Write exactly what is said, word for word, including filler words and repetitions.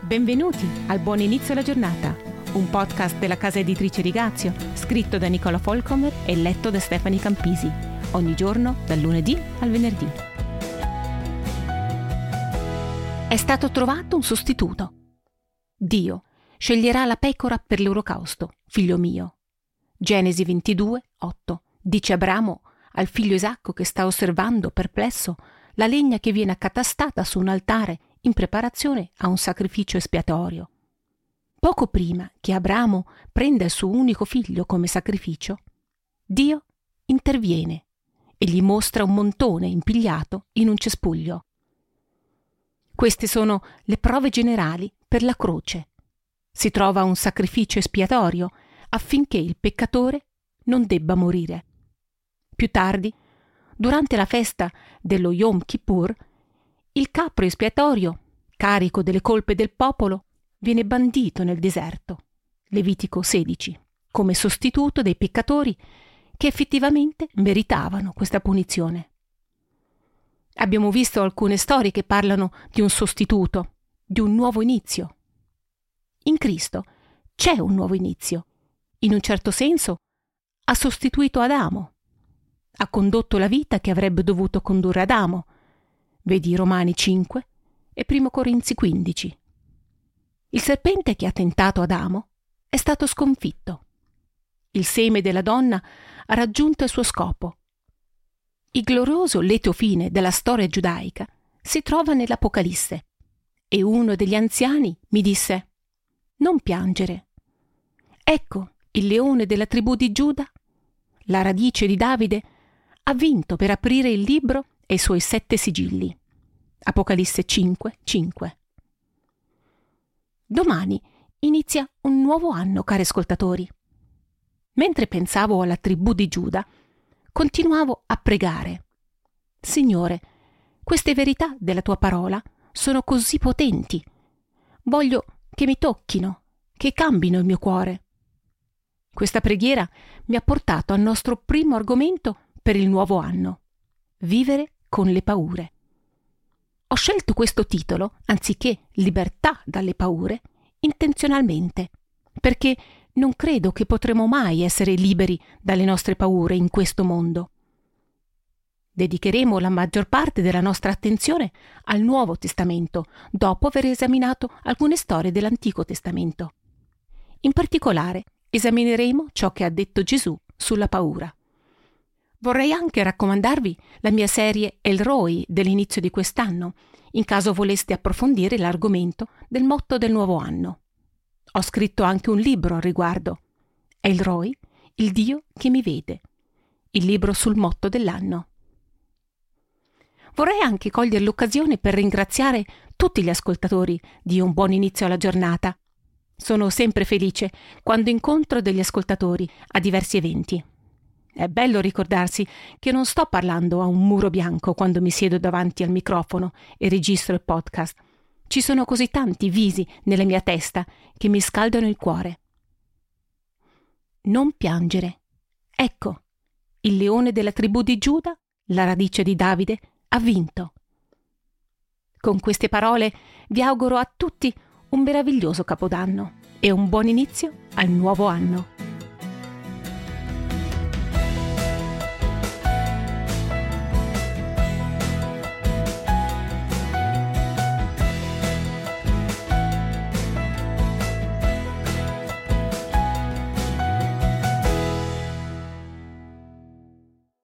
Benvenuti al Buon Inizio alla Giornata, un podcast della casa editrice Rigazio, scritto da Nicola Folcomer e letto da Stefani Campisi, ogni giorno dal lunedì al venerdì. È stato trovato un sostituto. Dio sceglierà la pecora per l'olocausto, figlio mio. Genesi ventidue, otto, dice Abramo al figlio Isacco che sta osservando perplesso la legna che viene accatastata su un altare in preparazione a un sacrificio espiatorio. Poco prima che Abramo prenda il suo unico figlio come sacrificio, Dio interviene e gli mostra un montone impigliato in un cespuglio. Queste sono le prove generali per la croce. Si trova un sacrificio espiatorio affinché il peccatore non debba morire. Più tardi, durante la festa dello Yom Kippur, il capro espiatorio, carico delle colpe del popolo, viene bandito nel deserto, Levitico sedici, come sostituto dei peccatori che effettivamente meritavano questa punizione. Abbiamo visto alcune storie che parlano di un sostituto, di un nuovo inizio. In Cristo c'è un nuovo inizio. In un certo senso ha sostituito Adamo. Ha condotto la vita che avrebbe dovuto condurre Adamo. Vedi Romani cinque e Primo Corinzi quindici. Il serpente che ha tentato Adamo è stato sconfitto. Il seme della donna ha raggiunto il suo scopo. Il glorioso lieto fine della storia giudaica si trova nell'Apocalisse e uno degli anziani mi disse: «Non piangere. Ecco, il leone della tribù di Giuda, la radice di Davide, ha vinto per aprire il libro e i suoi sette sigilli». Apocalisse cinque, cinque. Domani inizia un nuovo anno, cari ascoltatori. Mentre pensavo alla tribù di Giuda, continuavo a pregare. Signore, queste verità della tua parola sono così potenti. Voglio che mi tocchino, che cambino il mio cuore. Questa preghiera mi ha portato al nostro primo argomento per il nuovo anno: vivere con le paure. Ho scelto questo titolo, anziché libertà dalle paure, intenzionalmente, perché non credo che potremo mai essere liberi dalle nostre paure in questo mondo. Dedicheremo la maggior parte della nostra attenzione al Nuovo Testamento, dopo aver esaminato alcune storie dell'Antico Testamento. In particolare, esamineremo ciò che ha detto Gesù sulla paura. Vorrei anche raccomandarvi la mia serie El Roi dell'inizio di quest'anno, in caso voleste approfondire l'argomento del motto del nuovo anno. Ho scritto anche un libro al riguardo, El Roi, il Dio che mi vede, il libro sul motto dell'anno. Vorrei anche cogliere l'occasione per ringraziare tutti gli ascoltatori di Un Buon Inizio alla Giornata. Sono sempre felice quando incontro degli ascoltatori a diversi eventi. È bello ricordarsi che non sto parlando a un muro bianco quando mi siedo davanti al microfono e registro il podcast. Ci sono così tanti visi nella mia testa che mi scaldano il cuore. Non piangere. Ecco, il leone della tribù di Giuda, la radice di Davide, ha vinto. Con queste parole vi auguro a tutti un meraviglioso Capodanno e un buon inizio al nuovo anno.